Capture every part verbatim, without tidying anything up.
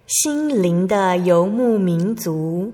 心灵的游牧民族。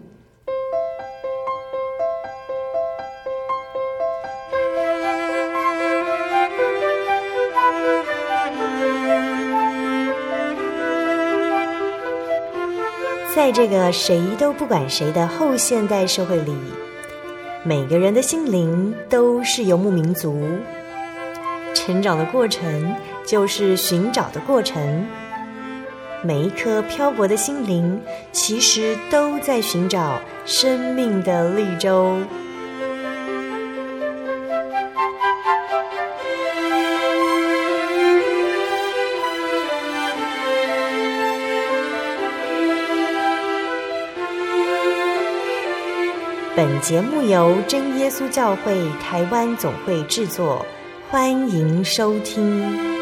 在这个谁都不管谁的后现代社会里，每个人的心灵都是游牧民族。成长的过程就是寻找的过程，每一颗漂泊的心灵其实都在寻找生命的绿洲。本节目由真耶稣教会台湾总会制作，欢迎收听。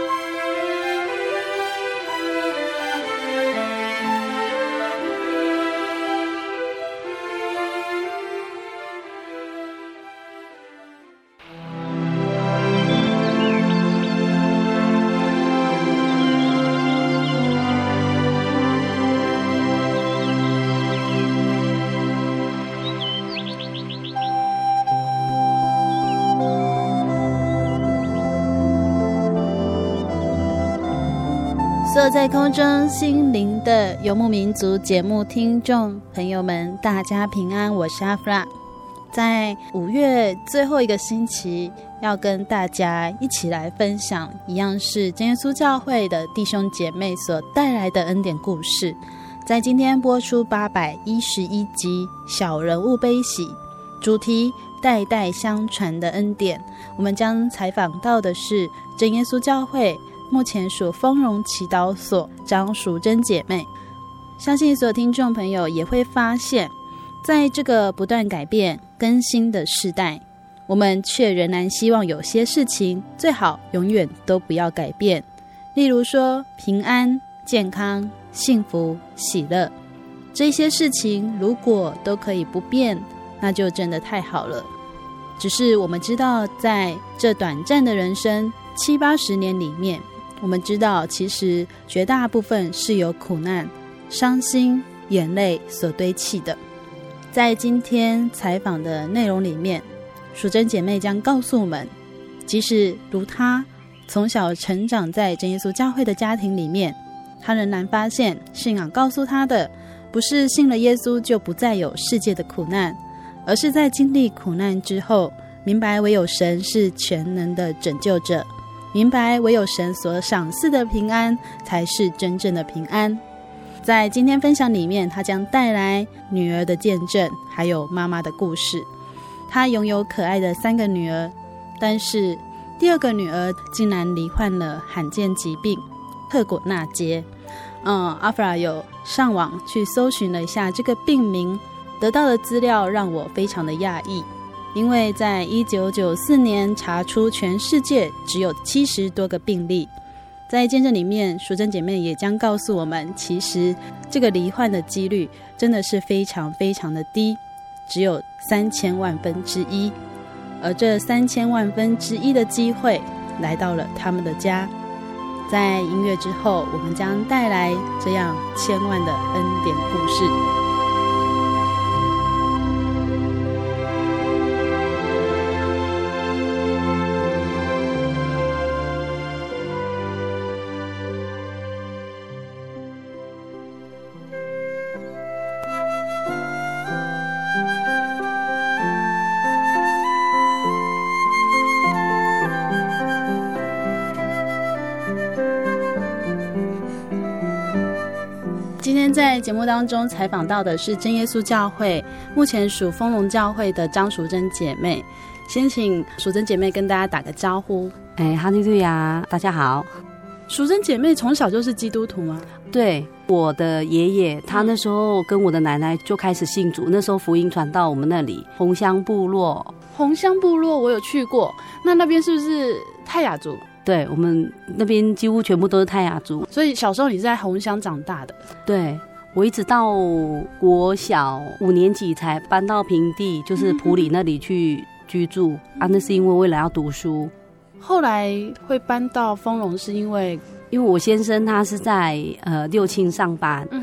坐在空中心灵的游牧民族节目听众朋友们，大家平安，我是阿弗拉。在五月最后一个星期，要跟大家一起来分享一样是真耶稣教会的弟兄姐妹所带来的恩典故事。在今天播出八百一十一集小人物悲喜，主题代代相传的恩典。我们将采访到的是真耶稣教会目前属丰荣祈祷所张淑珍姐妹。相信所有听众朋友也会发现，在这个不断改变更新的世代，我们却仍然希望有些事情最好永远都不要改变，例如说平安、健康、幸福、喜乐，这些事情如果都可以不变，那就真的太好了。只是我们知道，在这短暂的人生七八十年里面，我们知道其实绝大部分是由苦难、伤心、眼泪所堆砌的。在今天采访的内容里面，淑珍姐妹将告诉我们，即使如她从小成长在真耶稣教会的家庭里面，她仍然发现信仰告诉她的不是信了耶稣就不再有世界的苦难，而是在经历苦难之后，明白唯有神是全能的拯救者，明白唯有神所赏赐的平安才是真正的平安。在今天分享里面，他将带来女儿的见证，还有妈妈的故事。他拥有可爱的三个女儿，但是第二个女儿竟然罹患了罕见疾病特果纳结。嗯，阿弗拉有上网去搜寻了一下这个病名，得到的资料让我非常的讶异。因为在一九九四年查出全世界只有七十多个病例，在见证里面，淑珍姐妹也将告诉我们，其实这个罹患的几率真的是非常非常的低，只有三千万分之一，而这三千万分之一的机会来到了他们的家。在音乐之后，我们将带来这样千万的恩典故事。今天在节目当中采访到的是真耶稣教会目前属丰荣教会的张淑珍姐妹，先请淑珍姐妹跟大家打个招呼。 哎，哈利路亚，大家好。 淑珍姐妹从小就是基督徒吗？ 对，我的爷爷他那时候跟我的奶奶就开始信主，那时候福音传到我们那里红乡部落。 红乡部落我有去过，那那边是不是泰雅族？ 对，我们那边几乎全部都是泰雅族。 所以小时候你是在红乡长大的？ 对，我一直到国小五年级才搬到平地，就是埔里那里去居住、嗯、啊，那是因为为了要读书。 后来会搬到丰荣是因为因为我先生他是在呃六轻上班， 嗯哼，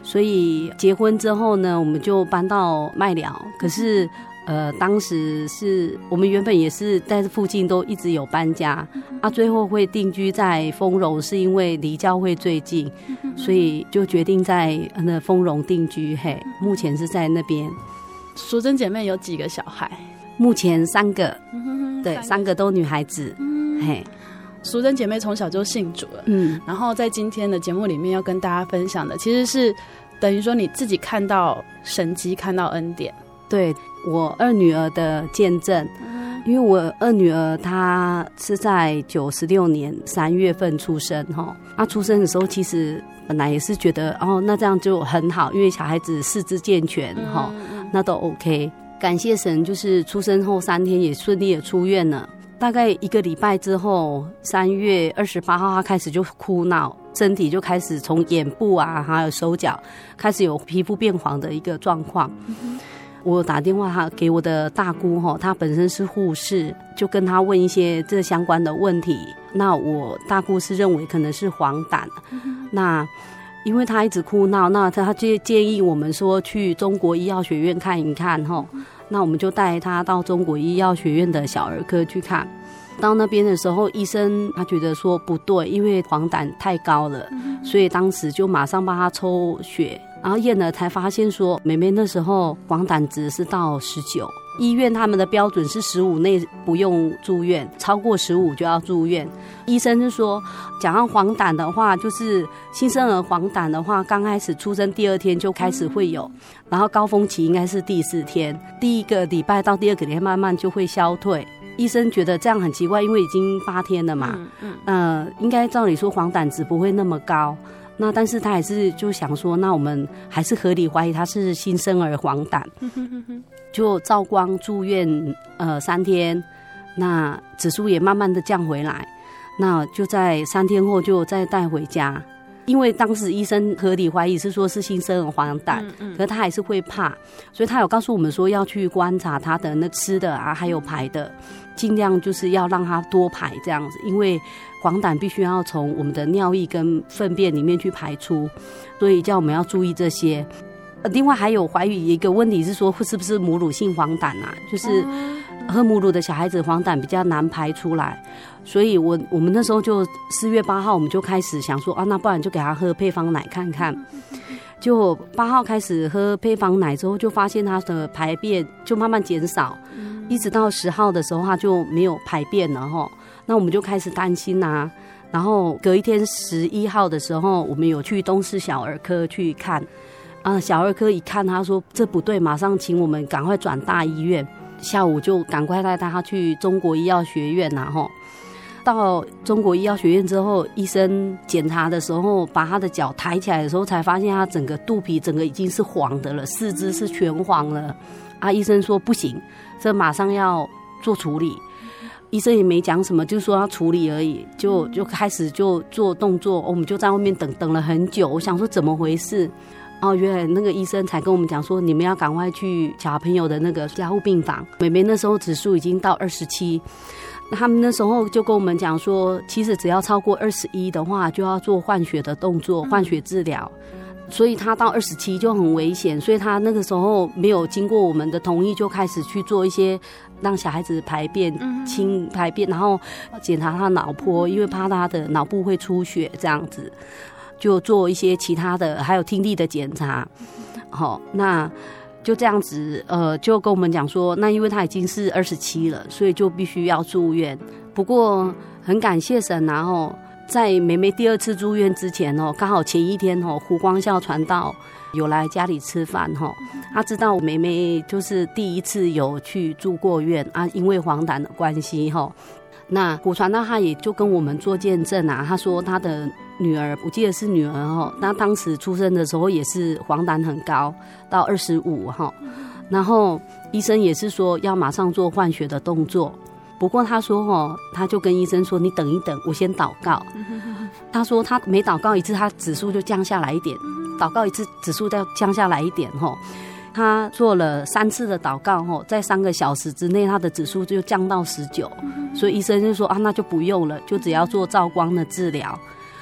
所以结婚之后呢，我们就搬到麦寮。可是呃，当时是我们原本也是在附近都一直有搬家啊，最后会定居在丰荣，是因为离教会最近，所以就决定在那丰荣定居。嘿，目前是在那边。 淑珍姐妹有几个小孩？ 目前三个，对，三个都女孩子。嘿。 淑珍姐妹从小就信主了，嗯，然后在今天的节目里面要跟大家分享的，其实是等于说你自己看到神迹，看到恩典。 对，我二女儿的见证，嗯、因为我二女儿她是在九十六年三月份出生哈，她、啊、出生的时候其实本来也是觉得哦，那这样就很好，因为小孩子四肢健全哈、嗯，那都 OK。感谢神，就是出生后三天也顺利的出院了。大概一个礼拜之后，三月二十八号，他开始就哭闹，身体就开始从眼部啊，还有手脚开始有皮肤变黄的一个状况。嗯、我打电话给我的大姑哈，她本身是护士，就跟她问一些这相关的问题。那我大姑是认为可能是黄疸，嗯、那因为她一直哭闹，那她就建议我们说去中国医药学院看一看哈。那我们就带他到中国医药学院的小儿科去看。到那边的时候，医生他觉得说不对，因为黄疸太高了，嗯、所以当时就马上帮他抽血，然后验了才发现说，妹妹那时候黄疸值是到十九。医院他们的标准是十五内不用住院，超过十五就要住院。医生是说，讲到黄疸的话，就是新生儿黄疸的话，刚开始出生第二天就开始会有，然后高峰期应该是第四天，第一个礼拜到第二个礼拜慢慢就会消退。医生觉得这样很奇怪，因为已经八天了嘛，嗯嗯、呃，应该照理说黄疸值不会那么高。那但是他还是就想说，那我们还是合理怀疑他是新生儿黄疸，就照光住院呃三天，那指数也慢慢的降回来，那就在三天后就再带回家。因为当时医生合理怀疑是说是新生儿黄疸，嗯嗯、可是他还是会怕，所以他有告诉我们说要去观察他的那吃的啊，还有排的，尽量就是要让他多排这样子，因为黄疸必须要从我们的尿液跟粪便里面去排出，所以叫我们要注意这些。另外还有怀疑一个问题是说是不是母乳性黄疸啊，就是喝母乳的小孩子黄疸比较难排出来，所以我我们那时候就四月八号我们就开始想说啊，那不然就给他喝配方奶看看。就八号开始喝配方奶之后，就发现他的排便就慢慢减少，一直到十号的时候他就没有排便了哈。那我们就开始担心啊，然后隔一天十一号的时候，我们有去东势小儿科去看。啊，小儿科一看，他说这不对，马上请我们赶快转大医院。下午就赶快带他去中国医药学院呐、啊，吼。到中国医药学院之后，医生检查的时候，把他的脚抬起来的时候，才发现他整个肚皮整个已经是黄的了，四肢是全黄了。啊，医生说不行，这马上要做处理。医生也没讲什么，就说要处理而已，就就开始就做动作，我们就在外面等等了很久。我想说怎么回事？哦，原来那个医生才跟我们讲说，你们要赶快去小朋友的那个加护病房。妹妹那时候指数已经到二十七，他们那时候就跟我们讲说，其实只要超过二十一的话，就要做换血的动作，换血治疗。所以他到二十七就很危险，所以他那个时候没有经过我们的同意，就开始去做一些让小孩子排便、清排便，然后检查他脑波，因为怕他的脑部会出血这样子。就做一些其他的，还有听力的检查，好、哦，那就这样子，呃，就跟我们讲说，那因为他已经是二十七了，所以就必须要住院。不过很感谢神，然后在妹妹第二次住院之前哦，刚好前一天哦，胡光孝传道有来家里吃饭哈、哦，他知道妹妹就是第一次有去住过院啊，因为黄疸的关系哈、哦。那胡传道他也就跟我们做见证啊，他说他的女儿，我记得是女儿哈，那当时出生的时候也是黄疸很高，到二十五哈，然后医生也是说要马上做换血的动作，不过他说哈，他就跟医生说你等一等，我先祷告。他说他每祷告一次，他指数就降下来一点，祷告一次指数再降下来一点哈。他做了三次的祷告后，在三个小时之内，他的指数就降到十九，所以医生就说啊，那就不用了，就只要做照光的治疗。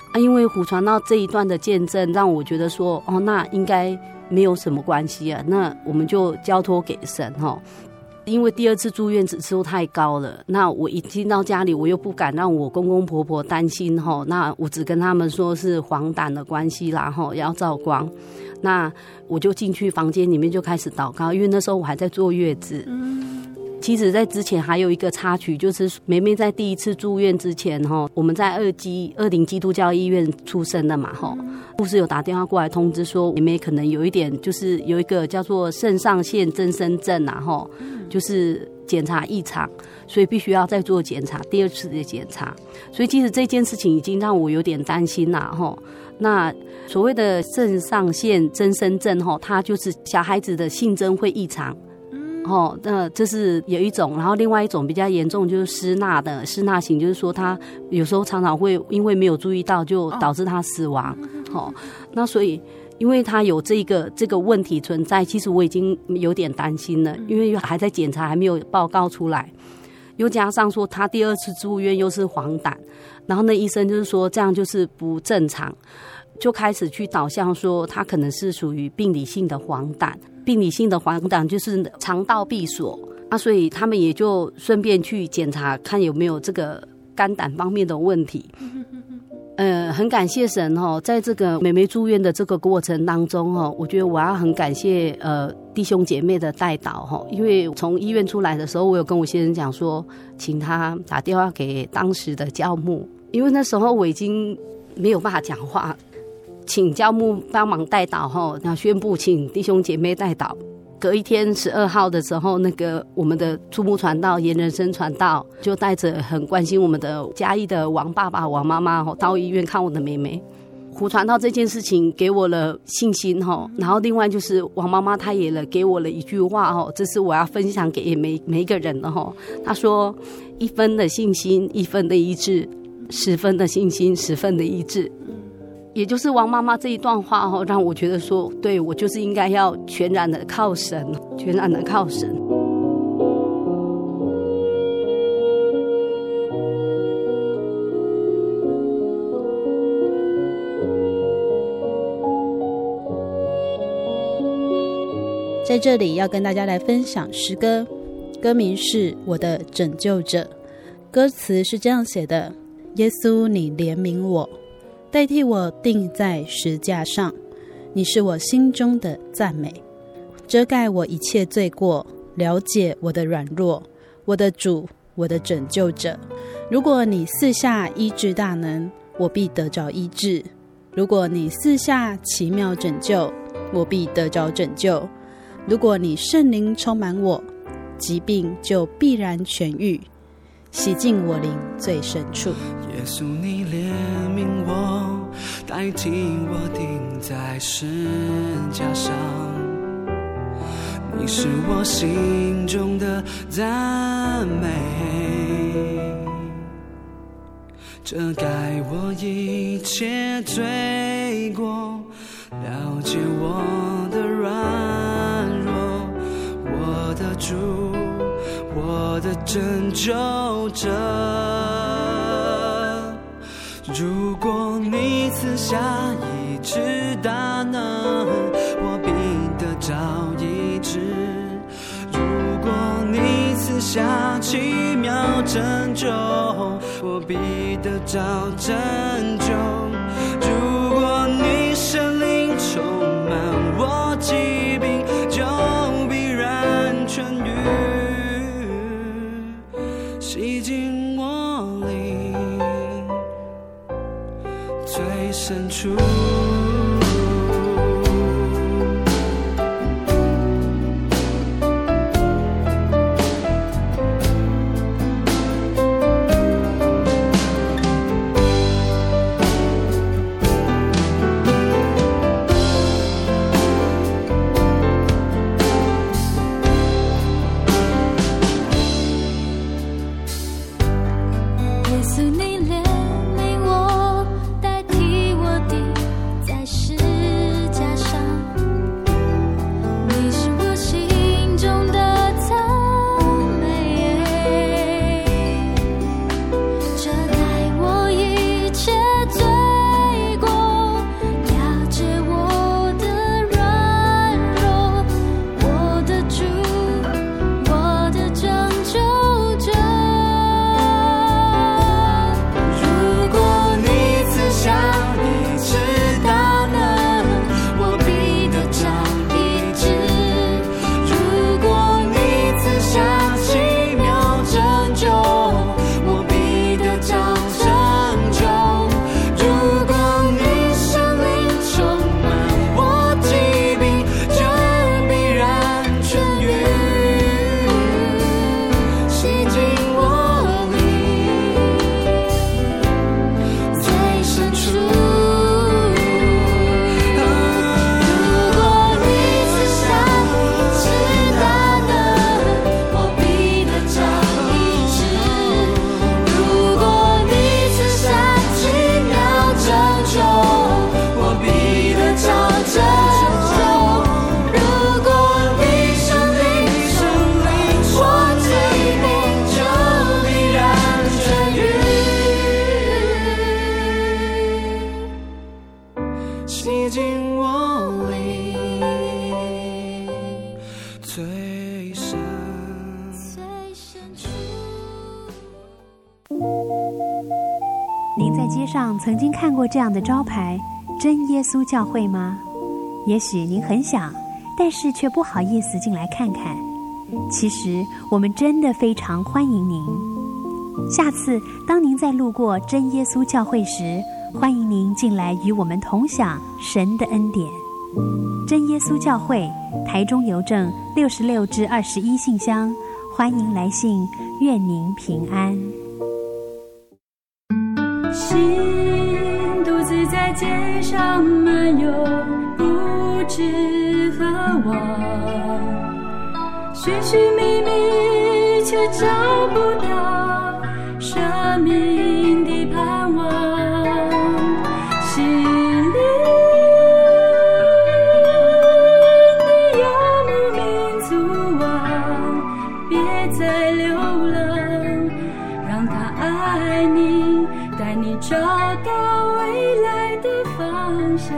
啊，因为虎传道这一段的见证，让我觉得说，哦，那应该没有什么关系啊，那我们就交托给神哈。因为第二次住院指数太高了，那我一进到家里，我又不敢让我公公婆婆担心哈，那我只跟他们说是黄疸的关系啦哈，要照光。那我就进去房间里面就开始祷告，因为那时候我还在坐月子。嗯，其实在之前还有一个插曲，就是梅梅在第一次住院之前哈，我们在二基二林基督教医院出生的嘛哈，护士有打电话过来通知说梅梅可能有一点就是有一个叫做肾上腺增生症啊哈，就是检查异常，所以必须要再做检查，第二次的检查。所以其实这件事情已经让我有点担心啦哈。那所谓的肾上腺增生症哈，它就是小孩子的性征会异常。哦，那这是有一种，然后另外一种比较严重就是失纳的失纳型，就是说他有时候常常会因为没有注意到，就导致他死亡。哦，那所以因为他有这个这个问题存在，其实我已经有点担心了，因为还在检查，还没有报告出来，又加上说他第二次住院又是黄疸，然后那医生就是说这样就是不正常，就开始去导向说他可能是属于病理性的黄疸。病理性的黄疸就是肠道闭锁啊，所以他们也就顺便去检查看有没有这个肝胆方面的问题。呃，很感谢神哦，在这个梅梅住院的这个过程当中哦，我觉得我要很感谢呃弟兄姐妹的带导哈，因为从医院出来的时候，我有跟我先生讲说，请他打电话给当时的教牧，因为那时候我已经没有办法讲话。请教牧帮忙带导后，那宣布请弟兄姐妹带导。隔一天十二号的时候，那个我们的初牧传道严人生传道就带着很关心我们的嘉义的王爸爸王妈妈到医院看我的妹妹。虎传道这件事情给我了信心，然后另外就是王妈妈她也了给我了一句话，这是我要分享给每每一个人的。她说一分的信心一分的医治，十分的信心十分的医治。也就是王妈妈这一段话哦，让我觉得说，对，我就是应该要全然的靠神，全然的靠神。 在这里要跟大家来分享诗歌，歌名是《我的拯救者》，歌词是这样写的：耶稣，你怜悯我，代替我钉在石架上，你是我心中的赞美，遮盖我一切罪过，了解我的软弱，我的主，我的拯救者。如果你四下医治大能，我必得着医治；如果你四下奇妙拯救，我必得着拯救；如果你圣灵充满我，疾病就必然痊愈，洗净我灵最深处。 耶稣，你怜悯我，代替我钉在石架上，你是我心中的赞美，遮盖我一切罪过，了解我的软弱，我的主，我的拯救者。如果你赐下医治大能，我必得着医治；如果你赐下奇妙拯救，我必得着拯救；如果你圣灵充满我，疾病就必然痊愈，洗净我灵最深处。 街上曾经看过这样的招牌真耶稣教会吗？也许您很想，但是却不好意思进来看看。其实我们真的非常欢迎您。下次当您在路过真耶稣教会时，欢迎您进来与我们同享神的恩典。真耶稣教会，台中邮政六十六至二十一信箱，欢迎来信，愿您平安。 心独自在街上漫游，不知何往，寻寻觅觅却找不到生命的盼望，心灵的游牧民族啊，别再流浪，让他爱你，带你找到未来的方向。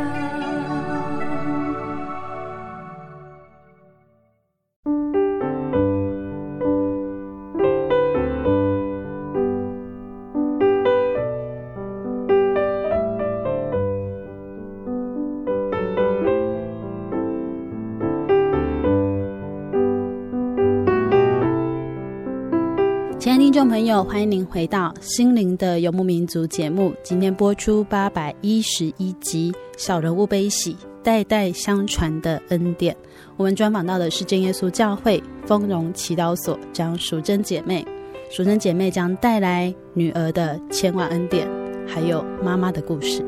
亲爱的听众朋友，欢迎您回到心灵的游牧民族节目，今天播出八百一十一集小人物悲喜，代代相传的恩典。我们专访到的是真耶稣教会丰荣祈祷所张淑珍姐妹，淑珍姐妹将带来女儿的千万恩典，还有妈妈的故事。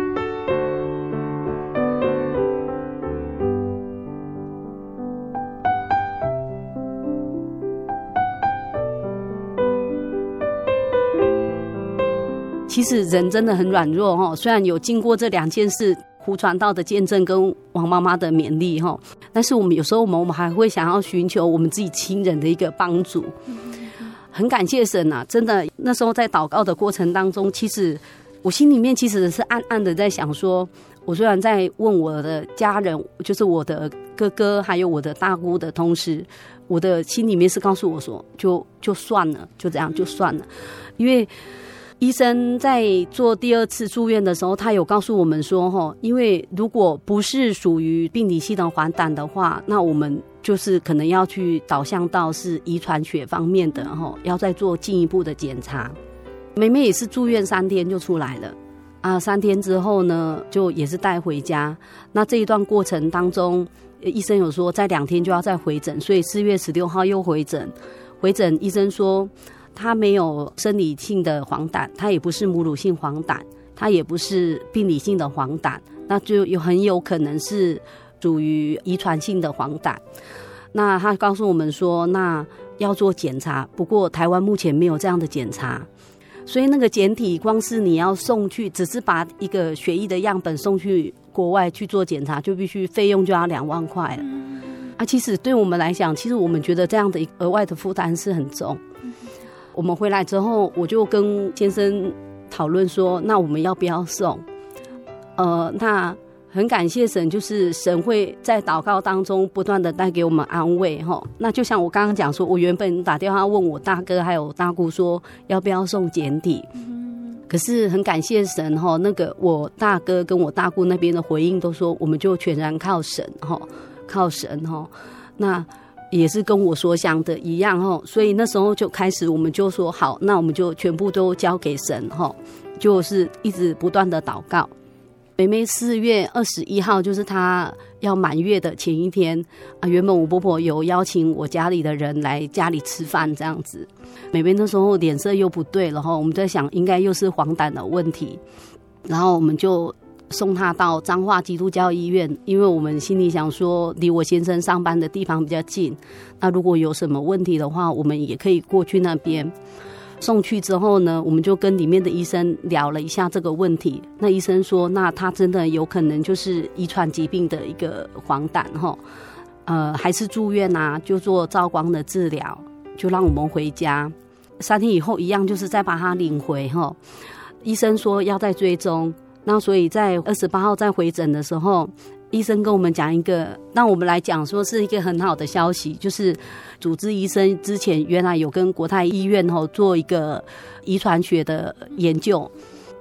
其实人真的很软弱哈，虽然有经过这两件事，胡传道的见证跟王妈妈的勉励哈，但是我们有时候我们我们还会想要寻求我们自己亲人的一个帮助。很感谢神啊，真的那时候在祷告的过程当中，其实我心里面其实是暗暗的在想说，我虽然在问我的家人，就是我的哥哥还有我的大姑的同时，我的心里面是告诉我说，就就算了，就这样就算了，因为医生在做第二次住院的时候，他有告诉我们说，因为如果不是属于病理系统黄疸的话，那我们就是可能要去导向到是遗传学方面的，要再做进一步的检查。妹妹也是住院三天就出来了啊，三天之后呢，就也是带回家。那这一段过程当中，医生有说在两天就要再回诊，所以四月十六号又回诊。回诊医生说，他没有生理性的黄疸，他也不是母乳性黄疸，他也不是病理性的黄疸，那就有很有可能是属于遗传性的黄疸。那他告诉我们说，那要做检查，不过台湾目前没有这样的检查，所以那个检体光是你要送去，只是把一个血液的样本送去国外去做检查，就必须费用就要两万块了。啊，其实对我们来讲，其实我们觉得这样的额外的负担是很重。我们回来之后，我就跟先生讨论说，那我们要不要送？呃，那很感谢神，就是神会在祷告当中不断的带给我们安慰哈。那就像我刚刚讲说，我原本打电话问我大哥还有大姑说要不要送检体，可是很感谢神哈，那个我大哥跟我大姑那边的回应都说，我们就全然靠神哈，靠神哈。那也是跟我所想的一样齁，所以那时候就开始我们就说好，那我们就全部都交给神齁，就是一直不断的祷告。妹妹四月二十一号就是她要满月的前一天啊，原本我婆婆有邀请我家里的人来家里吃饭这样子，妹妹那时候脸色又不对了齁，我们在想应该又是黄疸的问题，然后我们就送他到彰化基督教医院，因为我们心里想说离我先生上班的地方比较近，那如果有什么问题的话，我们也可以过去那边。送去之后呢，我们就跟里面的医生聊了一下这个问题，那医生说那他真的有可能就是遗传疾病的一个黄疸齁，呃，还是住院啊，就做照光的治疗，就让我们回家。三天以后一样就是再把他领回齁，医生说要再追踪，那所以在二十八号再回诊的时候，医生跟我们讲一个让我们来讲说是一个很好的消息，就是主治医生之前原来有跟国泰医院做一个遗传学的研究，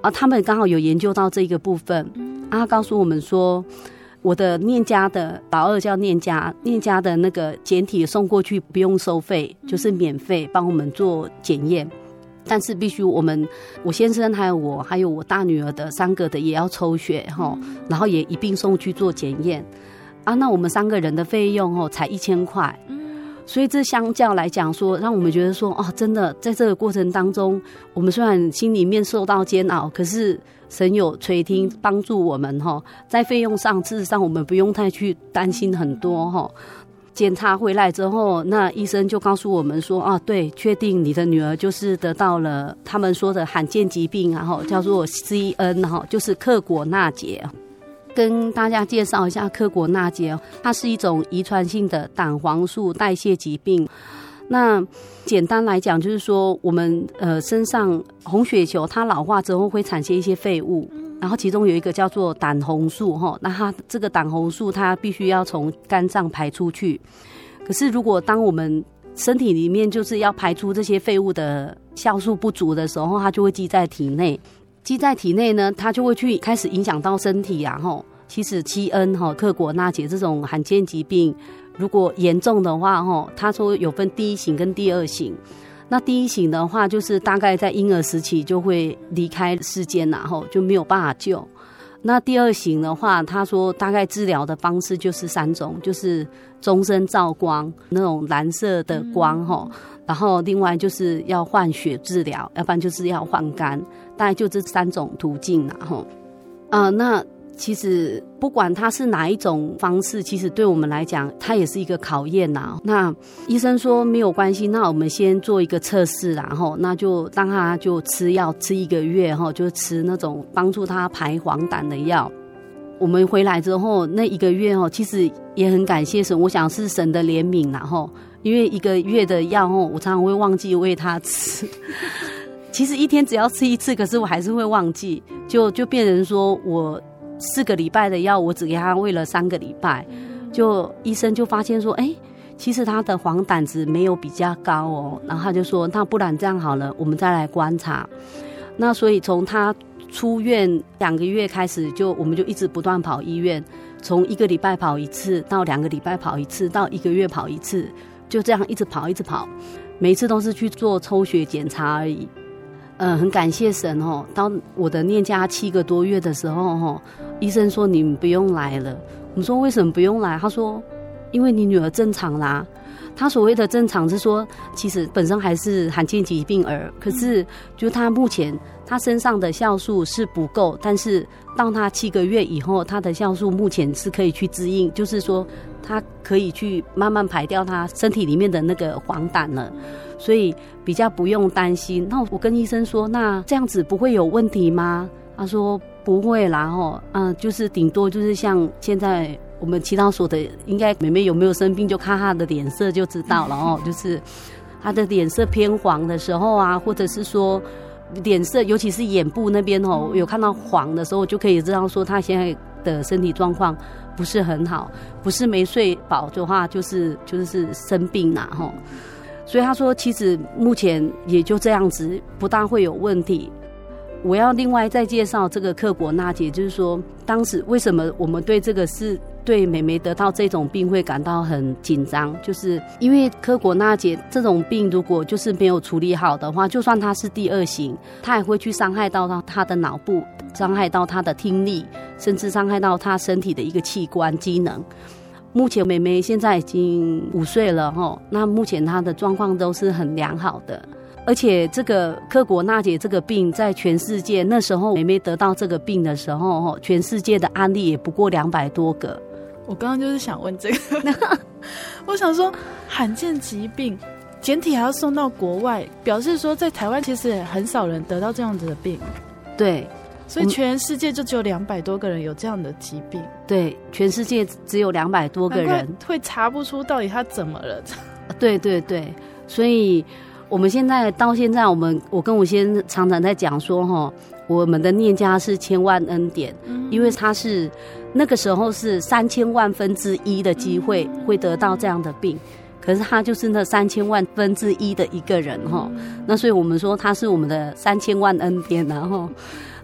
啊，他们刚好有研究到这个部分，啊，他告诉我们说，我的念家的老二叫念家，念家的那个检体送过去不用收费，就是免费帮我们做检验，但是必须我们我先生还有我还有我大女儿的三个的也要抽血哈，然后也一并送去做检验啊，那我们三个人的费用哦才一千块。所以这相较来讲说，让我们觉得说，哦，真的在这个过程当中，我们虽然心里面受到煎熬，可是神有垂听帮助我们哈，在费用上事实上我们不用太去担心很多哈。检查回来之后，那医生就告诉我们说，啊，对，确定你的女儿就是得到了他们说的罕见疾病啊，叫做 C N 哈，就是克果纳结。跟大家介绍一下克果纳结，它是一种遗传性的胆黄素代谢疾病。那简单来讲就是说，我们呃身上红血球它老化之后会产生一些废物，然后其中有一个叫做胆红素哈，那它这个胆红素它必须要从肝脏排出去。可是如果当我们身体里面就是要排出这些废物的酵素不足的时候，它就会积在体内。积在体内呢，它就会去开始影响到身体啊。吼，其实七恩哈克果纳结这种罕见疾病，如果严重的话，吼，他说有分第一型跟第二型。那第一型的话，就是大概在婴儿时期就会离开世间然后就没有办法救。那第二型的话，他说大概治疗的方式就是三种，就是终身照光那种蓝色的光哈、嗯，然后另外就是要换血治疗，要不然就是要换肝，大概就这三种途径啦哈。呃，那其实不管它是哪一种方式，其实对我们来讲，它也是一个考验呐。那医生说没有关系，那我们先做一个测试啦，吼，那就让他就吃药吃一个月，吼，就吃那种帮助他排黄疸的药。我们回来之后那一个月哦，其实也很感谢神，我想是神的怜悯啦，吼，因为一个月的药哦，我常常会忘记喂他吃。其实一天只要吃一次，可是我还是会忘记，就就变成说我四个礼拜的药，我只给他喂了三个礼拜，就医生就发现说，哎、欸，其实他的黄疸值没有比较高哦，然后他就说，那不然这样好了，我们再来观察。那所以从他出院两个月开始，就我们就一直不断跑医院，从一个礼拜跑一次，到两个礼拜跑一次，到一个月跑一次，就这样一直跑一直跑，每一次都是去做抽血检查而已。嗯，很感谢神哦。到我的念家七个多月的时候哦，医生说你们不用来了。我们说为什么不用来？他说因为你女儿正常啦。他所谓的正常是说，其实本身还是罕见疾病儿，可是就他目前他身上的酵素是不够，但是到他七个月以后，他的酵素目前是可以去支应，就是说他可以去慢慢排掉他身体里面的那个黄疸了，所以比较不用担心。那我跟医生说，那这样子不会有问题吗？他说不会啦吼，嗯，就是顶多就是像现在我们祈祷所的，应该妹妹有没有生病，就看她的脸色就知道了哦。就是她的脸色偏黄的时候啊，或者是说脸色，尤其是眼部那边哦，有看到黄的时候，就可以知道说她现在的身体状况不是很好，不是没睡饱的话，就是就是生病啦吼。所以他说，其实目前也就这样子，不大会有问题。我要另外再介绍这个克果纳结，就是说当时为什么我们对这个是对妹妹得到这种病会感到很紧张，就是因为克果纳结这种病如果就是没有处理好的话，就算它是第二型，它也会去伤害到她的脑部，伤害到她的听力，甚至伤害到她身体的一个器官机能。目前妹妹现在已经五岁了齁，那目前她的状况都是很良好的。而且这个克果纳结这个病在全世界，那时候妹妹得到这个病的时候，全世界的案例也不过两百多个。 我刚刚就是想问这个，我想说罕见疾病检体还要送到国外，表示说在台湾其实也很少人得到这样子的病。 对， 所以全世界就只有两百多个人有这样的疾病。 对，全世界只有两百多个人， 会查不出到底他怎么了。 对对对，所以我们现在到现在，我们我跟我先生常常在讲说哈，我们的念家是千万恩典，嗯、因为他是那个时候是三千万分之一的机会会得到这样的病，可是他就是那三千万分之一的一个人哈、嗯，那所以我们说他是我们的三千万恩典然后。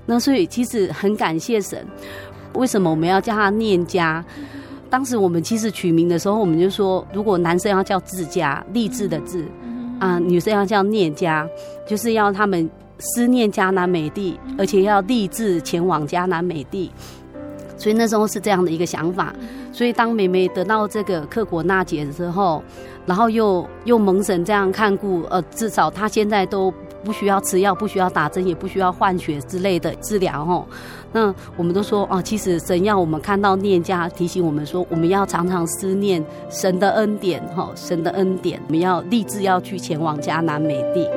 那所以其实很感谢神。为什么我们要叫他念家？当时我们其实取名的时候，我们就说，如果男生要叫志家，励志的志啊，女生要叫念家，就是要他们思念迦南美地，而且要立志前往迦南美地。所以那时候是这样的一个想法。所以当妹妹得到这个克果纳结之后，然后又又蒙神这样看顾，呃，至少她现在都不需要吃药，不需要打针，也不需要换血之类的治疗吼。那我们都说哦，其实神要我们看到念家，提醒我们说，我们要常常思念神的恩典哈，神的恩典，我们要立志要去前往迦南美地。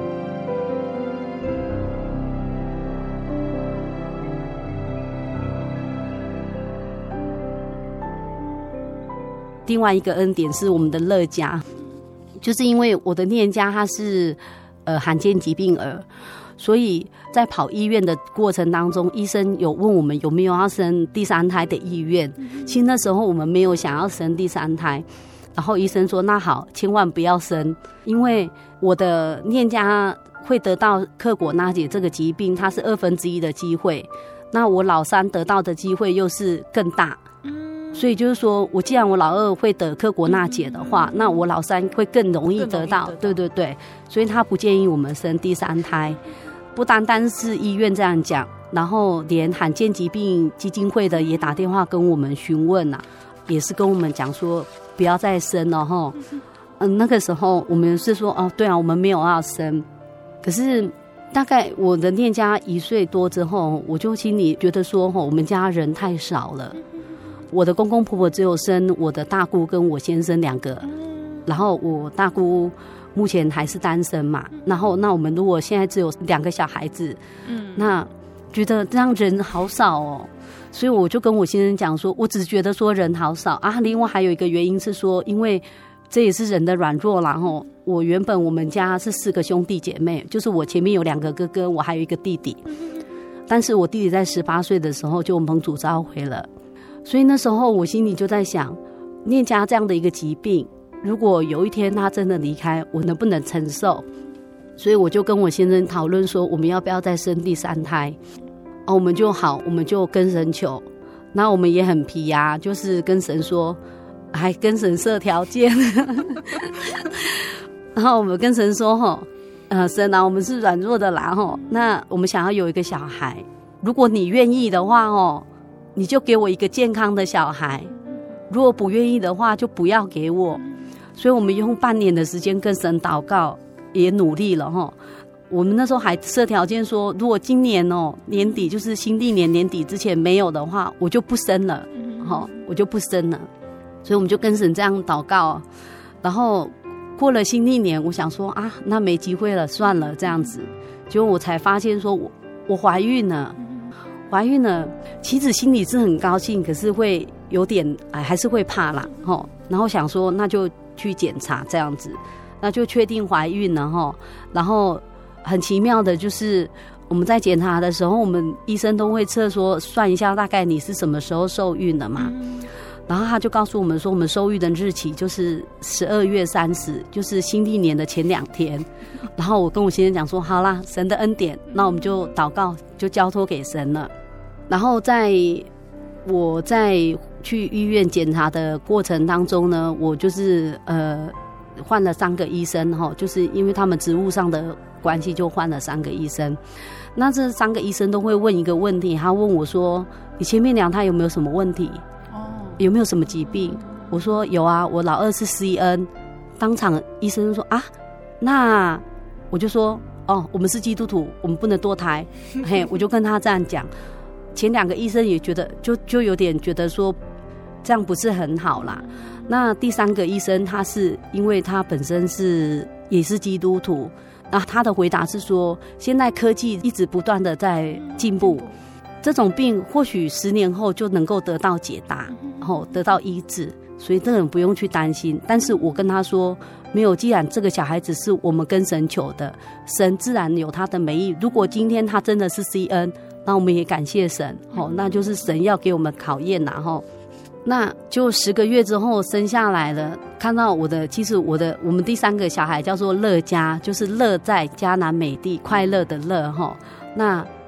另外一个恩典是我们的乐家，就是因为我的念家他是呃罕见疾病儿，所以在跑医院的过程当中，医生有问我们有没有要生第三胎的意愿。其实那时候我们没有想要生第三胎，然后医生说那好，千万不要生，因为我的念家会得到克果纳结这个疾病，它是二分之一的机会，那我老三得到的机会又是更大。所以就是说，我既然我老二会得克果纳结的话，那我老三会更容易得到。对对对，所以他不建议我们生第三胎。不单单是医院这样讲，然后连罕见疾病基金会的也打电话跟我们询问啊，也是跟我们讲说不要再生了哈。嗯，那个时候我们是说哦，对啊，我们没有要生。可是大概我的念家一岁多之后，我就心里觉得说，我们家人太少了。我的公公婆婆只有生我的大姑跟我先生两个，然后我大姑目前还是单身嘛，然后那我们如果现在只有两个小孩子，嗯，那觉得这样人好少哦，所以我就跟我先生讲说，我只觉得说人好少啊。另外还有一个原因是说，因为这也是人的软弱啦吼。我原本我们家是四个兄弟姐妹，就是我前面有两个哥哥，我还有一个弟弟，但是我弟弟在十八岁的时候就蒙主召回了。所以那时候我心里就在想，念家这样的一个疾病，如果有一天他真的离开，我能不能承受？所以我就跟我先生讨论说，我们要不要再生第三胎？哦，我们就好，我们就跟神求。那我们也很皮啊，就是跟神说，还跟神设条件。然后我们跟神说，吼，呃，神啊，我们是软弱的啦，吼，那我们想要有一个小孩，如果你愿意的话，吼。你就给我一个健康的小孩，如果不愿意的话就不要给我。所以我们用半年的时间跟神祷告，也努力了齁。我们那时候还设条件说，如果今年哦年底，就是新历年年底之前没有的话，我就不生了齁，我就不生了。所以我们就跟神这样祷告。然后过了新历年，我想说啊，那没机会了，算了这样子。结果我才发现说我我怀孕了。怀孕了，其实心里是很高兴，可是会有点哎，还是会怕啦，吼。然后想说，那就去检查这样子，那就确定怀孕了吼。然后很奇妙的就是，我们在检查的时候，我们医生都会测说，算一下大概你是什么时候受孕的嘛。嗯、然后他就告诉我们说，我们受孕的日期就是十二月三十，就是新历年的前两天。然后我跟我先生讲说，好啦，神的恩典，那我们就祷告，就交托给神了。然后在我在去医院检查的过程当中呢，我就是呃换了三个医生哈，就是因为他们职务上的关系，就换了三个医生。那这三个医生都会问一个问题，他问我说：“你前面两胎有没有什么问题？哦，有没有什么疾病？”我说：“有啊，我老二是 C N。”当场医生说：“啊，那我就说哦，我们是基督徒，我们不能堕胎。”嘿，我就跟他这样讲。前两个医生也觉得就就有点觉得说这样不是很好啦。那第三个医生他是因为他本身是也是基督徒，那他的回答是说，现在科技一直不断的在进步，这种病或许十年后就能够得到解答，然后得到医治，所以这个人不用去担心。但是我跟他说，没有，既然这个小孩子是我们跟神求的，神自然有他的美意。如果今天他真的是 C N，那我们也感谢神，哦，那就是神要给我们考验啦，吼。那就十个月之后生下来了，看到我的，其实我的我们第三个小孩叫做乐家，就是乐在迦南美地，快乐的乐，吼。那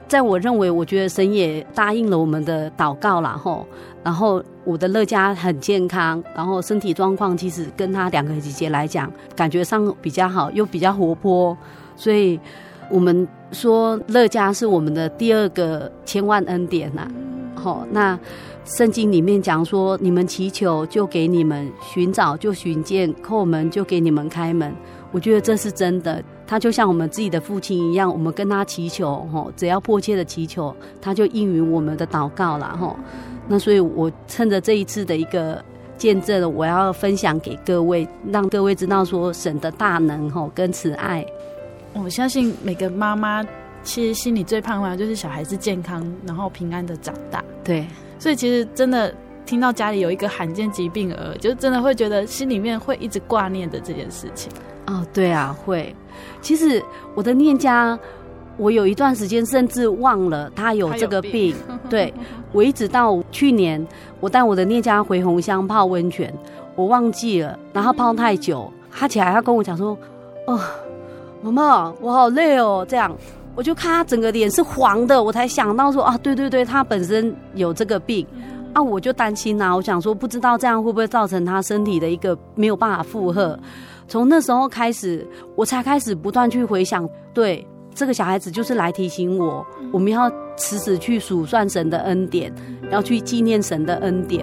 在我认为，我觉得神也答应了我们的祷告啦吼。然后我的乐家很健康，然后身体状况其实跟他两个姐姐来讲，感觉上比较好，又比较活泼，所以我们说乐家是我们的第二个千万恩典呐、啊。好、哦，那圣经里面讲说，你们祈求就给你们，寻找就寻见，叩门就给你们开门。我觉得这是真的，他就像我们自己的父亲一样，我们跟他祈求，吼，只要迫切的祈求，他就应允我们的祷告啦，吼。那所以我趁着这一次的一个见证，我要分享给各位，让各位知道说神的大能，吼，跟慈爱。 我相信每个妈妈其实心里最盼望的就是小孩子健康，然后平安的长大。 对， 所以其实真的听到家里有一个罕见疾病儿，就真的会觉得心里面会一直挂念的这件事情。 哦，对啊，会。其实我的念家，我有一段时间甚至忘了他有这个病。病对，我一直到去年，我带我的念家回红乡泡温泉，我忘记了，然后泡太久，他起来他跟我讲说：“哦，妈妈，我好累哦。”这样，我就看他整个脸是黄的，我才想到说啊，对对对，他本身有这个病。啊，我就担心啊，我想说，不知道这样会不会造成他身体的一个没有办法负荷。从那时候开始，我才开始不断去回想，对，这个小孩子就是来提醒我，我们要时时去数算神的恩典，要去纪念神的恩典。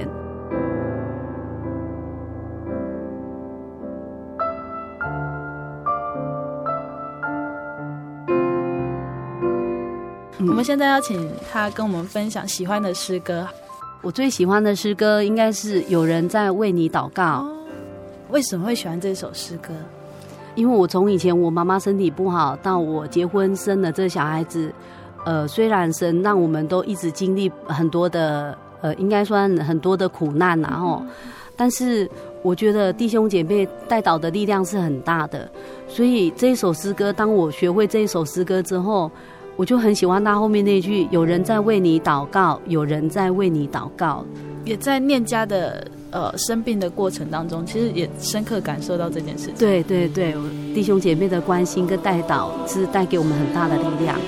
我们现在要请他跟我们分享喜欢的诗歌。 我最喜欢的诗歌应该是有人在为你祷告。 哦，为什么会喜欢这首诗歌？ 因为我从以前我妈妈身体不好到我结婚生了这小孩子，呃，虽然神让我们都一直经历很多的呃，应该算很多的苦难然后、嗯、但是我觉得弟兄姐妹带祷的力量是很大的，所以这一首诗歌，当我学会这一首诗歌之后，我就很喜欢他后面那句：有人在为你祷告，有人在为你祷告。 也在念家的呃生病的过程当中，其实也深刻感受到这件事情。 对对对，弟兄姐妹的关心跟带祷是带给我们很大的力量。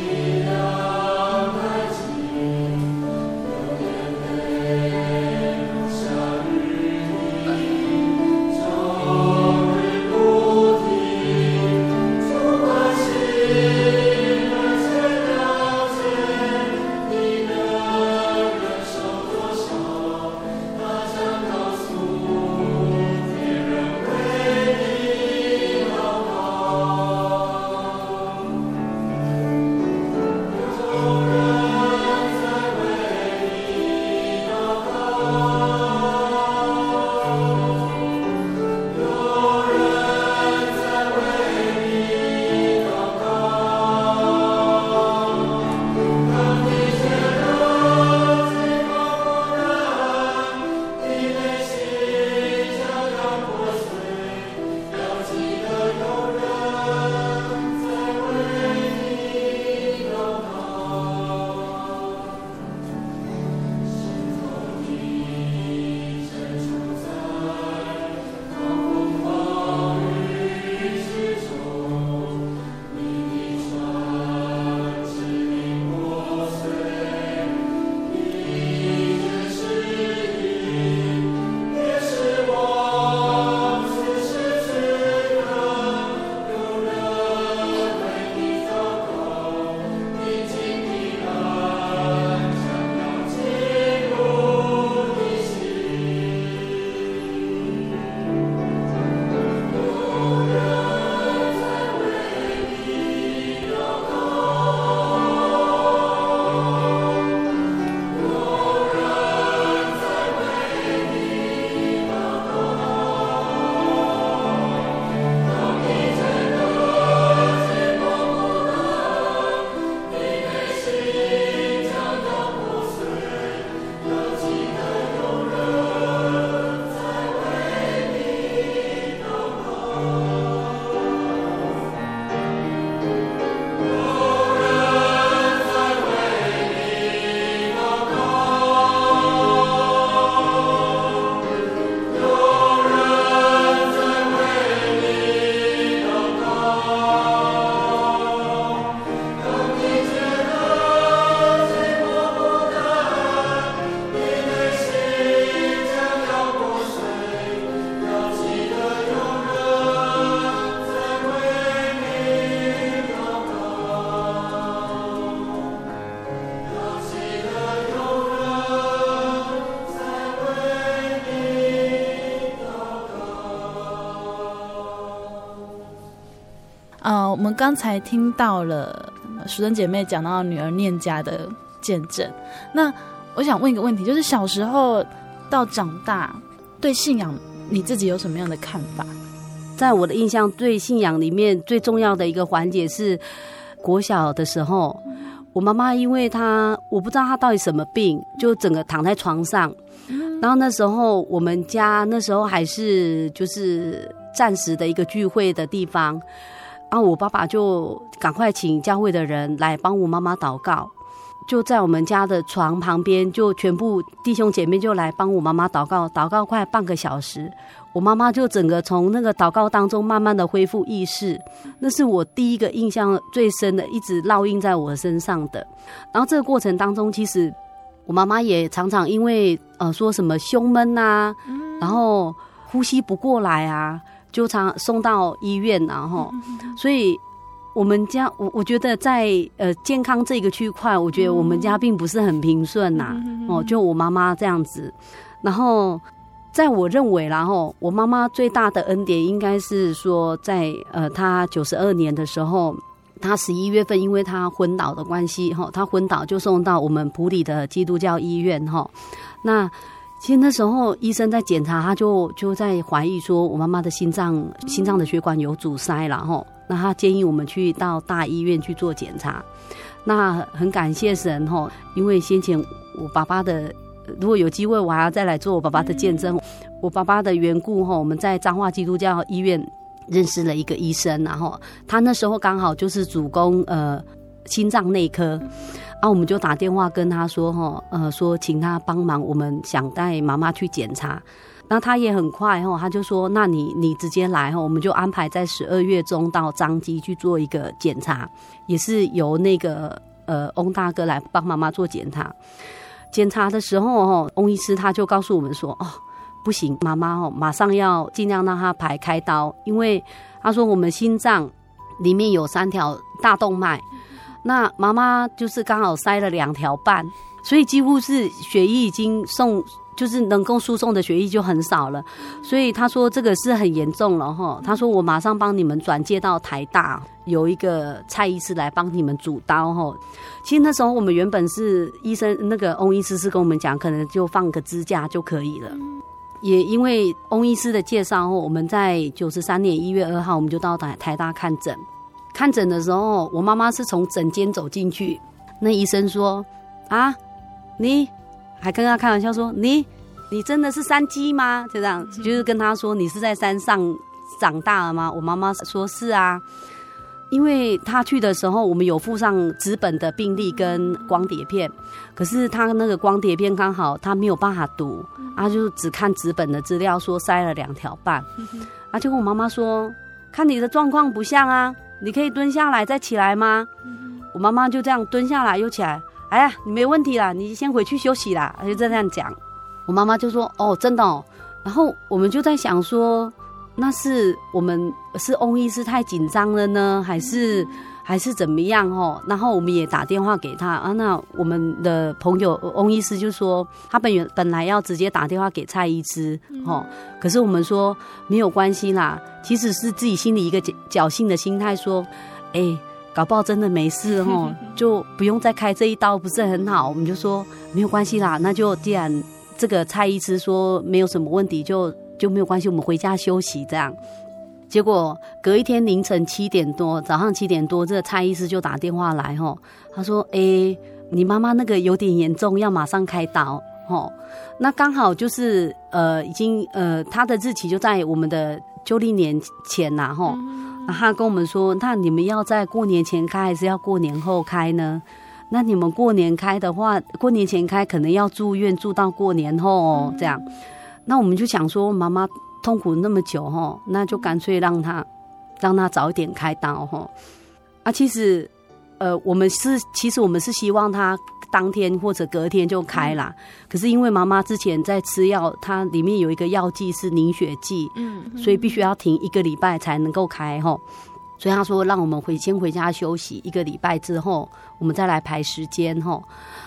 呃，我们刚才听到了淑珍姐妹讲到女儿念家的见证，那我想问一个问题，就是小时候到长大，对信仰你自己有什么样的看法？ 在我的印象，对信仰里面最重要的一个环节是国小的时候，我妈妈因为她我不知道她到底什么病，就整个躺在床上，然后那时候我们家那时候还是就是暂时的一个聚会的地方，然后我爸爸就赶快请教会的人来帮我妈妈祷告，就在我们家的床旁边，就全部弟兄姐妹就来帮我妈妈祷告，祷告快半个小时，我妈妈就整个从那个祷告当中慢慢的恢复意识，那是我第一个印象最深的，一直烙印在我身上的。然后这个过程当中，其实我妈妈也常常因为呃说什么胸闷啊，然后呼吸不过来啊，就常送到医院啊，吼，所以我们家我我觉得在呃健康这个区块，我觉得我们家并不是很平顺呐、啊，哦，就我妈妈这样子。然后在我认为啦，吼，我妈妈最大的恩典应该是说在，呃她九十二年的时候，她十一月份因为她昏倒的关系，哈，她昏倒就送到我们埔里的基督教医院，哈，那。其实那时候医生在检查，他就就在怀疑说我妈妈的心脏心脏的血管有阻塞了吼，那他建议我们去到大医院去做检查。那很感谢神吼，因为先前我爸爸的，如果有机会我还要再来做我爸爸的见证。我爸爸的缘故吼，我们在彰化基督教医院认识了一个医生，然后他那时候刚好就是主攻呃心脏内科。然后我们就打电话跟他说哈，呃，说请他帮忙，我们想带妈妈去检查。那他也很快哈，他就说，那你你直接来哈，我们就安排在十二月中到彰基去做一个检查，也是由那个呃翁大哥来帮妈妈做检查。检查的时候哈，翁医师他就告诉我们说，哦，不行，妈妈哦，马上要尽量让他排开刀，因为他说我们心脏里面有三条大动脉。那妈妈就是刚好塞了两条半，所以几乎是血液已经送，就是能够输送的血液就很少了，所以他说这个是很严重了哈。他说我马上帮你们转介到台大，有一个蔡医师来帮你们主刀哈。其实那时候我们原本是医生那个翁医师是跟我们讲，可能就放个支架就可以了。也因为翁医师的介绍后，我们在九十三年一月二号我们就到台台大看诊。看诊的时候，我妈妈是从诊间走进去，那医生说：“啊，你还跟他开玩笑说你你真的是山鸡吗？”就这样，就是跟他说：“你是在山上长大了吗？”我妈妈说：“是啊。”因为他去的时候，我们有附上纸本的病历跟光碟片，可是他那个光碟片刚好他没有办法读，他就只看纸本的资料，说塞了两条半，啊，就跟我妈妈说：“看你的状况不像啊。”你可以蹲下来再起来吗？嗯、我妈妈就这样蹲下来又起来，哎呀，你没问题啦，你先回去休息啦，就这样讲。我妈妈就说：“哦，真的哦。”然后我们就在想说，那是我们是翁医师太紧张了呢，还是还是怎么样哦？然后我们也打电话给他啊，那我们的朋友翁医师就说，他本原本来要直接打电话给蔡医师哦，可是我们说没有关系啦。其实是自己心里一个侥幸的心态，说，哎、欸，搞不好真的没事哦，就不用再开这一刀，不是很好？我们就说没有关系啦，那就既然这个蔡医师说没有什么问题，就就没有关系，我们回家休息这样。结果隔一天凌晨七点多，早上七点多，这个蔡医师就打电话来吼，他说：“哎、欸，你妈妈那个有点严重，要马上开刀。”吼，那刚好就是呃，已经呃，他的日期就在我们的旧历年前呐，吼。然后他跟我们说，那你们要在过年前开，还是要过年后开呢？那你们过年开的话，过年前开可能要住院住到过年后哦，这样。那我们就想说，妈妈痛苦那么久吼，那就干脆让他让他早一点开刀吼。啊，其实呃，我们是其实我们是希望他当天或者隔天就开啦。嗯、可是因为妈妈之前在吃药，它里面有一个药剂是凝血剂，嗯，嗯所以必须要停一个礼拜才能够开吼。所以他说让我们回先回家休息一个礼拜之后，我们再来排时间吼。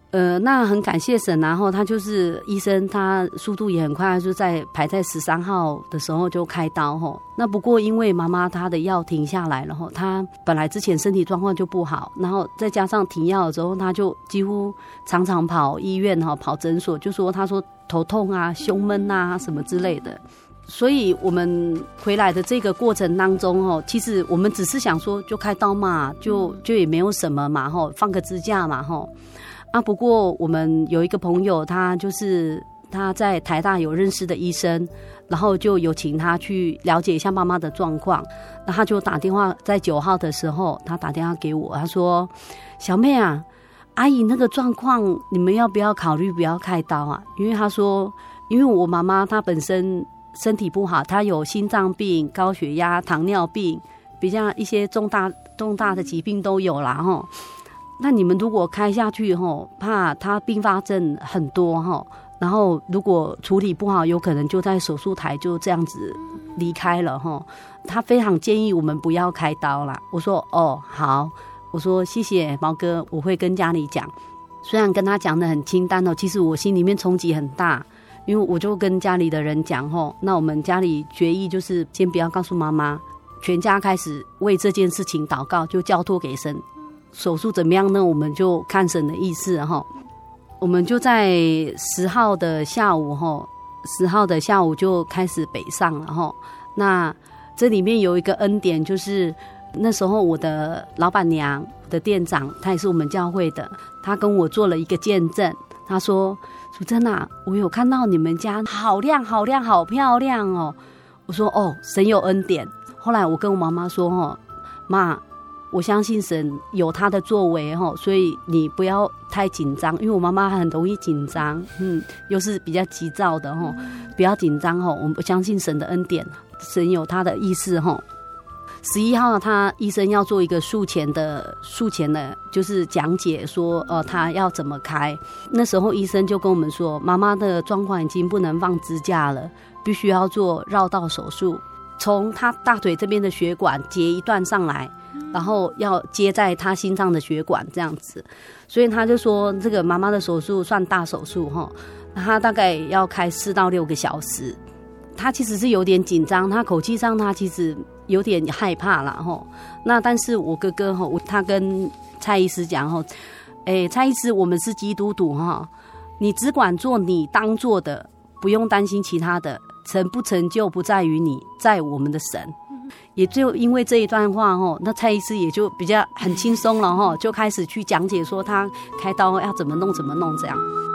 呃，那很感谢神，然后他就是医生，他速度也很快，就在排在十三号的时候就开刀吼。那不过因为妈妈她的药停下来了吼，她本来之前身体状况就不好，然后再加上停药的时候，她就几乎常常跑医院哈，跑诊所，就说她说头痛啊、胸闷啊什么之类的。所以我们回来的这个过程当中哦，其实我们只是想说就开刀嘛，就就也没有什么嘛吼，放个支架嘛吼。啊，不过我们有一个朋友，他就是他在台大有认识的医生，然后就有请他去了解一下妈妈的状况。那他就打电话，在九号的时候，他打电话给我，他说：“小妹啊，阿姨那个状况，你们要不要考虑不要开刀啊？因为他说，因为我妈妈她本身身体不好，她有心脏病、高血压、糖尿病，比较一些重大重大的疾病都有啦吼。那你们如果开下去吼，怕他并发症很多吼，然后如果处理不好，有可能就在手术台就这样子离开了吼。他非常建议我们不要开刀啦。我说哦好，我说谢谢毛哥，我会跟家里讲。虽然跟他讲的很清淡哦，其实我心里面冲击很大，因为我就跟家里的人讲吼，那我们家里决议就是先不要告诉妈妈，全家开始为这件事情祷告，就交托给神。手术怎么样呢？我们就看神的意思哈。我们就在十号的下午哈，十号的下午就开始北上了哈。那这里面有一个恩典，就是那时候我的老板娘、我的店长，他也是我们教会的，他跟我做了一个见证。他说：“淑珍啊，我有看到你们家好亮、好亮、好漂亮哦。”我说：“哦，神有恩典。”后来我跟我妈妈说：“哦，妈。”我相信神有他的作为齁，所以你不要太紧张，因为我妈妈很容易紧张，嗯，又是比较急躁的齁，不要紧张齁，我相信神的恩典，神有他的意思齁。十一号他医生要做一个术前的术前的就是讲解说呃他要怎么开。那时候医生就跟我们说，妈妈的状况已经不能放支架了，必须要做绕道手术，从他大腿这边的血管截一段上来，然后要接在他心脏的血管这样子。所以他就说这个妈妈的手术算大手术齁，他大概要开四到六个小时。他其实是有点紧张，他口气上他其实有点害怕啦齁。那但是我哥哥齁，他跟蔡医师讲齁，哎，蔡医师，我们是基督徒齁，你只管做你当做的，不用担心其他的，成不成就不在于你，在我们的神。也就因为这一段话齁，那蔡医师也就比较很轻松了齁，就开始去讲解说他开刀要怎么弄怎么弄这样。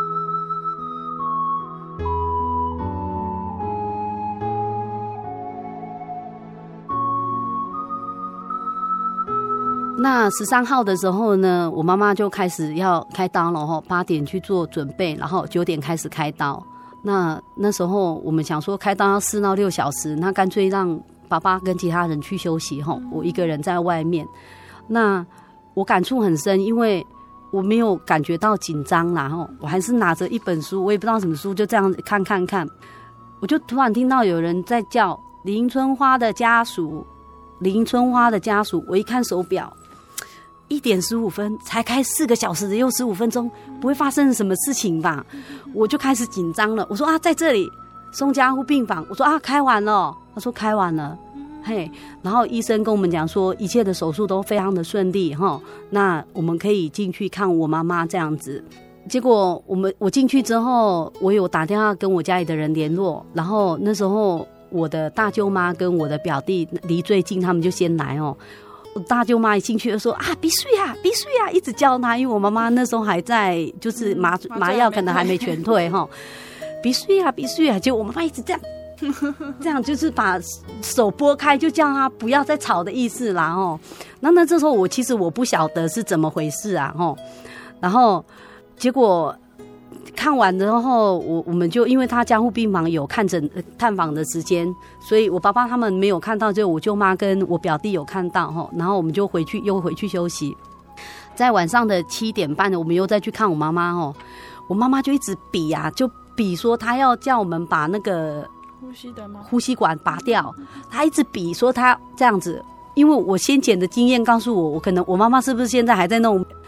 那十三号的时候呢，我妈妈就开始要开刀了齁，八点去做准备，然后九点开始开刀。那那时候我们想说开刀要四到六小时，那干脆让爸爸跟其他人去休息齁，我一个人在外面。那我感触很深，因为我没有感觉到紧张啦齁，我还是拿着一本书，我也不知道什么书，就这样看看看，我就突然听到有人在叫林春花的家属，林春花的家属。我一看手表，一点十五分，才开四个小时的又十五分钟，不会发生什么事情吧？我就开始紧张了。我说啊，在这里松嘉护病房。我说啊，开完了。他说开完了，嘿。然后医生跟我们讲说，一切的手术都非常的顺利哈。那我们可以进去看我妈妈这样子。结果我们我进去之后，我有打电话跟我家里的人联络，然后那时候我的大舅妈跟我的表弟离最近，他们就先来哦。大舅妈一进去就说啊，必须啊，必须啊，一直叫她，因为我妈妈那时候还在，就是麻麻药可能还没全退哈，必须啊，必须啊，就我妈妈一直这样，这样就是把手拨开，就叫她不要再吵的意思啦哈。那那这时候我其实我不晓得是怎么回事啊哈，然后结果看完之后，我我们就因为他加护病房有看诊探访的时间，所以我爸爸他们没有看到，就我舅妈跟我表弟有看到哈，然后我们就回去又回去休息。在晚上的七点半，我们又再去看我妈妈哦，我妈妈就一直比啊，就比说她要叫我们把那个呼吸的吗？ 呼吸管拔掉，她一直比说她这样子。因为我先前的经验告诉我，我可能我妈妈是不是现在还在那种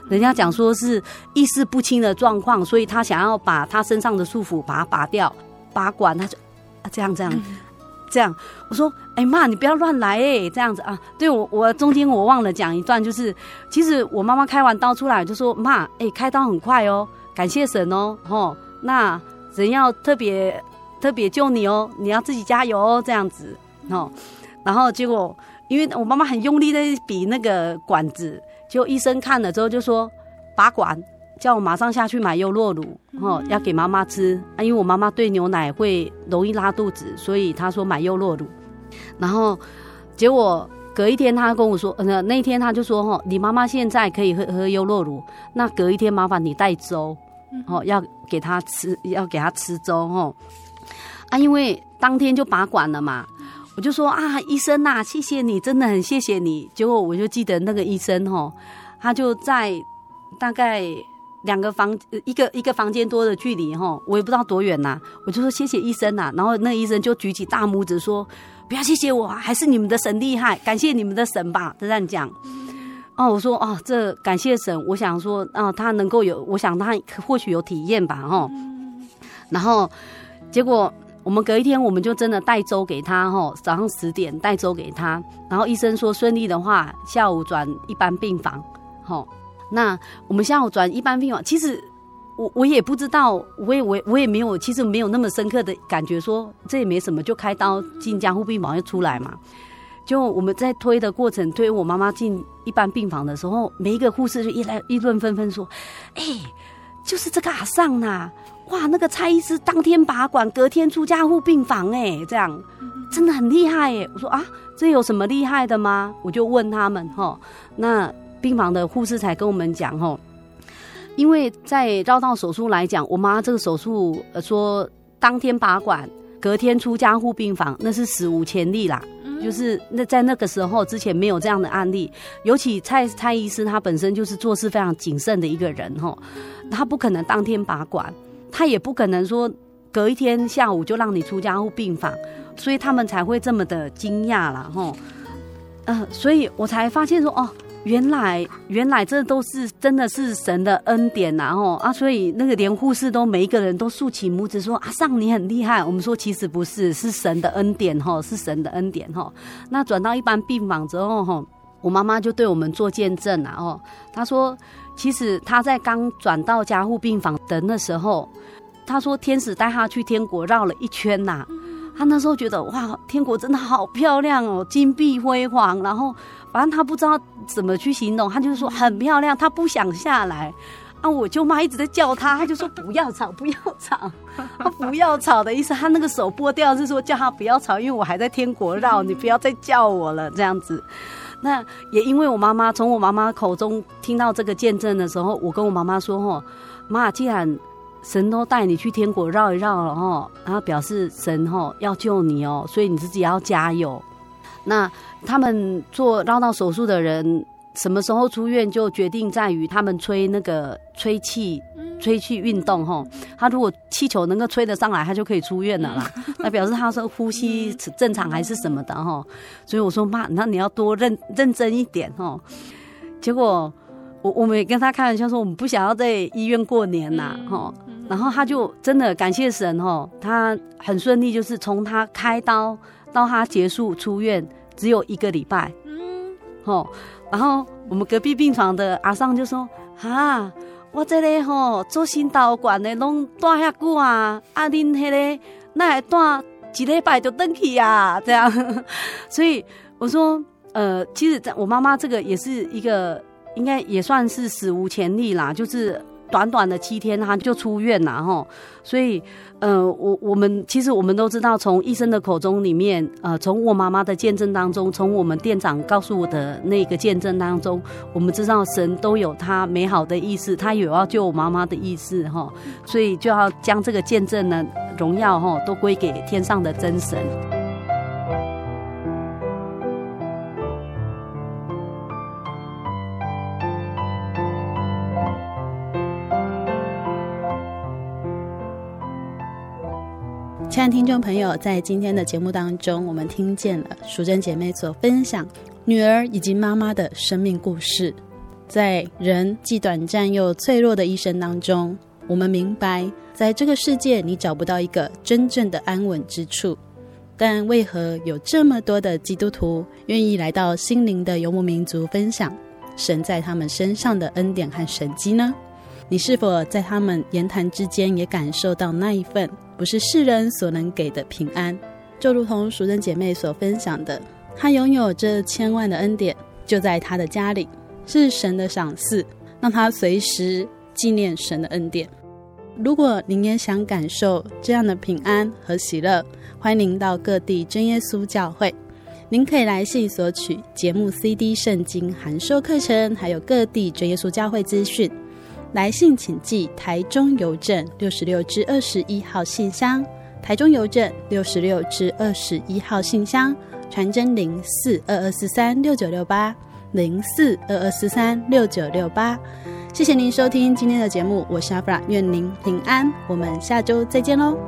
人家讲说是意识不清的状况，所以他想要把他身上的束缚把它拔掉，拔管，他就啊这样这样。嗯这样，我说，哎、欸、妈，你不要乱来哎、欸，这样子啊。对我，我中间我忘了讲一段，就是其实我妈妈开完刀出来就说，妈，哎、欸，开刀很快哦，感谢神哦，吼，那神要特别特别救你哦，你要自己加油哦，这样子，哦，然后结果因为我妈妈很用力的比那个管子，结果医生看了之后就说拔管。叫我马上下去买优酪乳，哦，要给妈妈吃啊，因为我妈妈对牛奶会容易拉肚子，所以他说买优酪乳。然后结果隔一天他跟我说，呃，那一天他就说，哦，你妈妈现在可以喝喝优酪乳，那隔一天麻烦你带粥，哦，要给她吃，要给她吃粥，哦，啊，因为当天就拔管了嘛。我就说啊，医生啊，谢谢你，真的很谢谢你。结果我就记得那个医生，哦，他就在大概两个房一个一个房间多的距离哈，我也不知道多远呐、啊。我就说谢谢医生呐、啊，然后那个医生就举起大拇指说：“不要谢谢我，还是你们的神厉害，感谢你们的神吧。”就这样讲。哦，我说哦，这感谢神，我想说啊，他能够有，我想他或许有体验吧哈。然后结果我们隔一天，我们就真的带粥给他哈，早上十点带粥给他，然后医生说顺利的话，下午转一般病房，哈。那我们下午转一般病房，其实我我也不知道，我也我我也没有，其实没有那么深刻的感觉说这也没什么，就开刀进加护病房就出来嘛。就我们在推的过程，推我妈妈进一般病房的时候，每一个护士就一来议论纷纷说：“哎、欸，就是这个阿尚呐，哇，那个蔡医师当天拔管，隔天出加护病房、欸，哎，这样真的很厉害耶、欸。”我说啊，这有什么厉害的吗？我就问他们哈，那。病房的护士才跟我们讲吼，因为在绕道手术来讲，我妈这个手术呃说当天拔管，隔天出加护病房，那是史无前例啦。嗯、就是那在那个时候之前没有这样的案例，尤其蔡蔡医师他本身就是做事非常谨慎的一个人吼，他不可能当天拔管，他也不可能说隔一天下午就让你出加护病房，所以他们才会这么的惊讶啦吼。呃，所以我才发现说哦。原来，原来这都是真的是神的恩典呐、啊，吼啊！所以那个连护士都每一个人都竖起拇指说：“阿尚你很厉害。”我们说其实不是，是神的恩典哈，是神的恩典哈。那转到一般病房之后哈，我妈妈就对我们做见证啊，哦，她说其实她在刚转到加护病房的那时候，她说天使带她去天国绕了一圈呐、啊，她那时候觉得哇，天国真的好漂亮哦，金碧辉煌，然后。反正他不知道怎么去形容，他就是说很漂亮，他不想下来啊！我舅妈一直在叫他，他就说不要吵，不要吵，他不要吵的意思，他那个手拨掉是说叫他不要吵，因为我还在天国绕，你不要再叫我了这样子。那也因为我妈妈从我妈妈口中听到这个见证的时候，我跟我妈妈说吼，妈，既然神都带你去天国绕一绕了吼，然后表示神吼要救你哦，所以你自己要加油。那他们做绕道手术的人什么时候出院，就决定在于他们吹那个吹气吹气运动齁。他如果气球能够吹得上来，他就可以出院了啦。那表示他说呼吸正常还是什么的齁。所以我说妈，那你要多认认真一点齁。结果我我们也跟他开玩笑说，我们不想要在医院过年呐齁。然后他就真的感谢神齁，他很顺利，就是从他开刀到他结束出院。只有一个礼拜，嗯，吼，然后我们隔壁病床的阿尚就说：“哈，我这个吼做心导管的拢待遐久啊，啊恁迄个那还待几礼拜就回去啊，这样。”所以我说，呃，其实我妈妈这个也是一个，应该也算是史无前例啦，就是短短的七天她就出院啦，吼，所以。呃，我我们其实我们都知道，从医生的口中里面，呃，从我妈妈的见证当中，从我们店长告诉我的那个见证当中，我们知道神都有他美好的意思，他有要救我妈妈的意思哈，所以就要将这个见证呢荣耀哈都归给天上的真神。 亲爱的听众朋友，在今天的节目当中，我们听见了淑珍姐妹所分享女儿以及妈妈的生命故事。 在人既短暂又脆弱的一生当中，我们明白在这个世界你找不到一个真正的安稳之处，但为何有这么多的基督徒愿意来到心灵的游牧民族分享神在他们身上的恩典和神迹呢？你是否在他们言谈之间也感受到那一份不是世人所能给的平安？就如同淑珍姐妹所分享的，她拥有这千万的恩典，就在她的家里，是神的赏赐，让她随时纪念神的恩典。如果您也想感受这样的平安和喜乐，欢迎您到各地真耶稣教会，您可以来信索取节目 C D 圣经函授课程，还有各地真耶稣教会资讯。来信请寄台中邮政六十六至二十一号信箱，台中邮政六十六至二十一号信箱，传真零四二二四三六九六八零四二二四三六九六八。谢谢您收听今天的节目，我是阿弗拉，愿您平安，我们下周再见喽。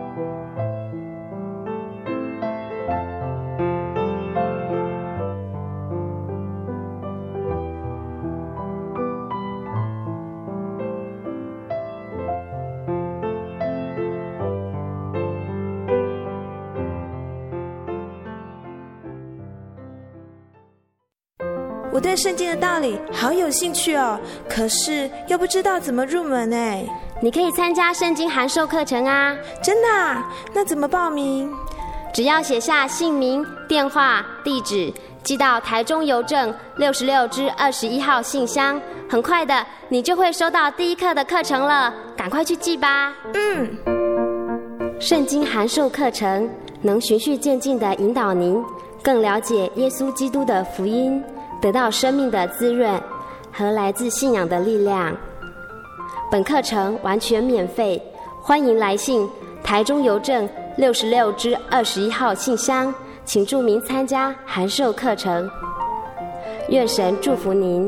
我对圣经的道理好有兴趣哦，可是又不知道怎么入门哎。 你可以参加圣经函授课程啊。 真的啊？那怎么报名？ 只要写下姓名、电话、地址，寄到台中邮政六十六至二十一号信箱，很快的你就会收到第一课的课程了，赶快去寄吧。 嗯。 圣经函授课程能循序渐进地引导您更了解耶稣基督的福音，得到生命的滋润和来自信仰的力量。本课程完全免费，欢迎来信台中邮政六十六至二十一号信箱，请注明参加函授课程。愿神祝福您。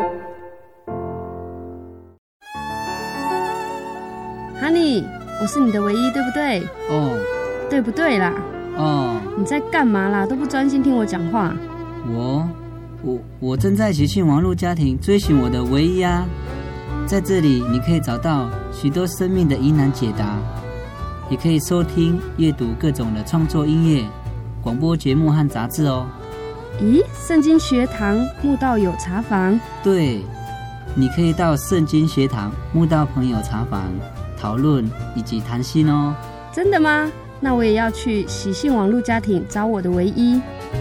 Honey， 我是你的唯一，对不对？ 哦。 对不对啦？ 哦。 你在干嘛啦？都不专心听我讲话。 我。我我正在喜讯网络家庭追寻我的唯一啊，在这里你可以找到许多生命的疑难解答，也可以收听、阅读各种的创作音乐、广播节目和杂志哦。 咦，圣经学堂慕道友茶房？ 对，你可以到圣经学堂慕道朋友茶房讨论以及谈心哦。 真的吗？那我也要去喜讯网络家庭找我的唯一。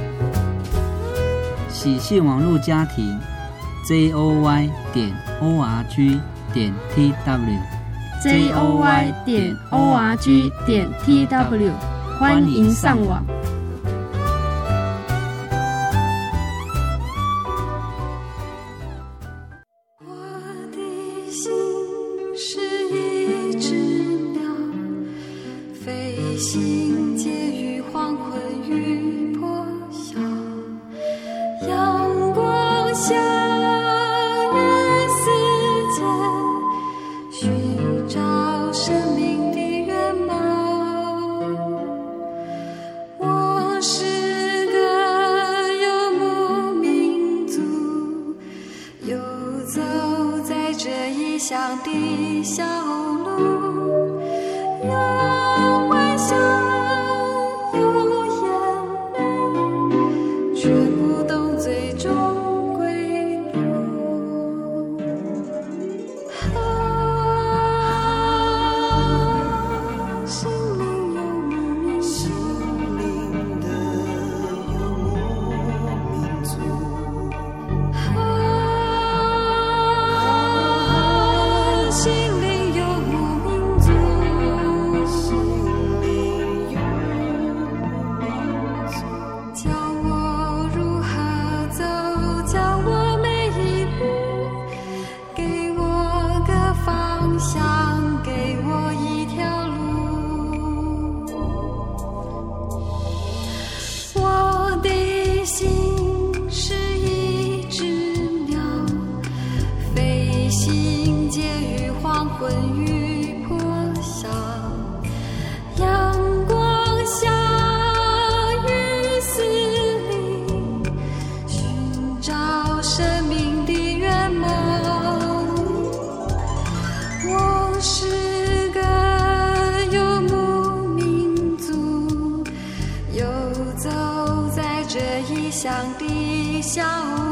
喜讯网络家庭 J O Y 点 O R G 点 T W J O Y 点 O R G 点 T W 欢迎上网。 我的心是一只鸟，飞行介于黄昏与破晓，阳光下日思间，寻找生命的原貌。我想的笑